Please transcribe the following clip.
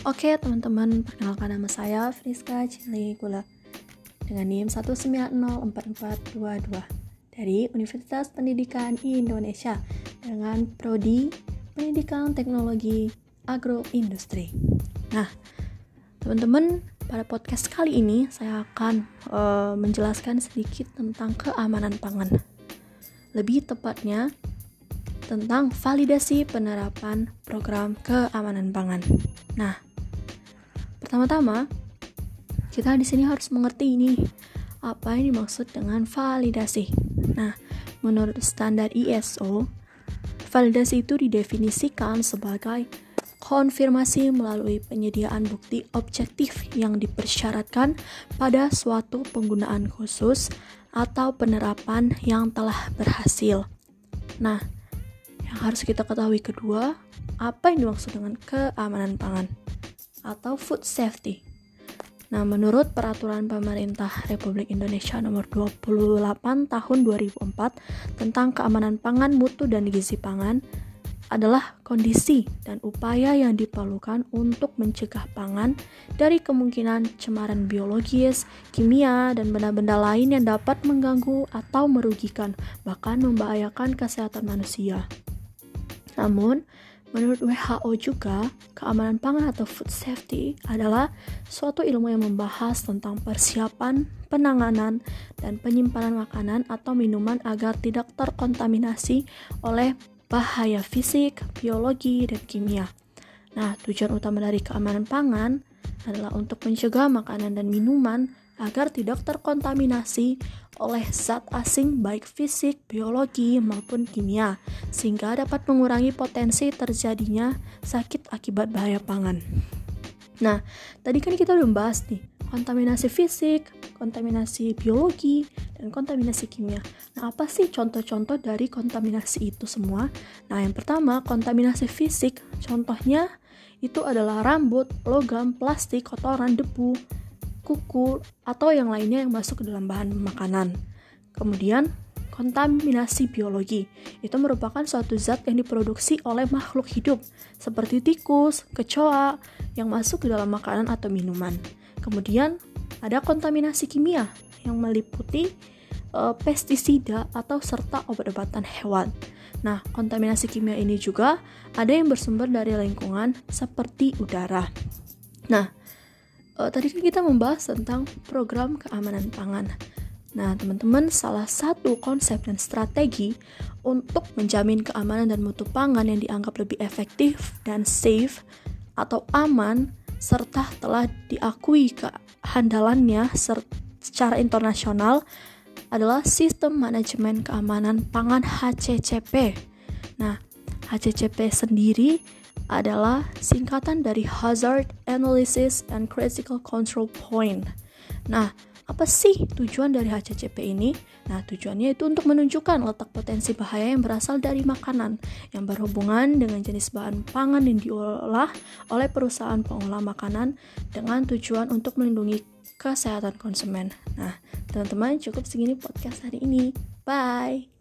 Oke teman-teman, perkenalkan nama saya Friska Ciligula dengan NIM 1904422 dari Universitas Pendidikan Indonesia dengan Prodi Pendidikan Teknologi Agroindustri. Nah, teman-teman, pada podcast kali ini saya akan menjelaskan sedikit tentang keamanan pangan. Lebih tepatnya tentang validasi penerapan program keamanan pangan. Nah, pertama-tama kita di sini harus mengerti ini apa yang dimaksud dengan validasi. Nah, menurut standar ISO, validasi itu didefinisikan sebagai konfirmasi melalui penyediaan bukti objektif yang dipersyaratkan pada suatu penggunaan khusus atau penerapan yang telah berhasil. Nah, yang harus kita ketahui kedua, apa yang dimaksud dengan keamanan pangan atau food safety. Nah, menurut Peraturan Pemerintah Republik Indonesia Nomor 28 Tahun 2004 tentang keamanan pangan, mutu dan gizi pangan adalah kondisi dan upaya yang diperlukan untuk mencegah pangan dari kemungkinan cemaran biologis, kimia, dan benda-benda lain yang dapat mengganggu atau merugikan, bahkan membahayakan kesehatan manusia. Namun, menurut WHO juga, keamanan pangan atau food safety adalah suatu ilmu yang membahas tentang persiapan, penanganan, dan penyimpanan makanan atau minuman agar tidak terkontaminasi oleh bahaya fisik, biologi, dan kimia. Nah, tujuan utama dari keamanan pangan adalah untuk mencegah makanan dan minuman agar tidak terkontaminasi oleh zat asing baik fisik, biologi, maupun kimia, sehingga dapat mengurangi potensi terjadinya sakit akibat bahaya pangan. Nah, tadi kan kita udah membahas nih, kontaminasi fisik, kontaminasi biologi, dan kontaminasi kimia. Nah, apa sih contoh-contoh dari kontaminasi itu semua? Nah, yang pertama, kontaminasi fisik, contohnya itu adalah rambut, logam, plastik, kotoran, debu, kuku, atau yang lainnya yang masuk ke dalam bahan makanan. Kemudian, kontaminasi biologi. Itu merupakan suatu zat yang diproduksi oleh makhluk hidup, seperti tikus, kecoa, yang masuk ke dalam makanan atau minuman. Kemudian, ada kontaminasi kimia, yang meliputi pestisida atau serta obat-obatan hewan. Nah, kontaminasi kimia ini juga ada yang bersumber dari lingkungan, seperti udara. Nah, tadi kan kita membahas tentang program keamanan pangan. Nah, teman-teman, salah satu konsep dan strategi untuk menjamin keamanan dan mutu pangan yang dianggap lebih efektif dan safe atau aman serta telah diakui kehandalannya secara internasional adalah Sistem Manajemen Keamanan Pangan HCCP. Nah, HCCP sendiri adalah singkatan dari Hazard Analysis and Critical Control Point. Nah, apa sih tujuan dari HCCP ini? Nah, tujuannya itu untuk menunjukkan letak potensi bahaya yang berasal dari makanan yang berhubungan dengan jenis bahan pangan yang diolah oleh perusahaan pengolah makanan dengan tujuan untuk melindungi kesehatan konsumen. Nah, teman-teman, cukup segini podcast hari ini. Bye!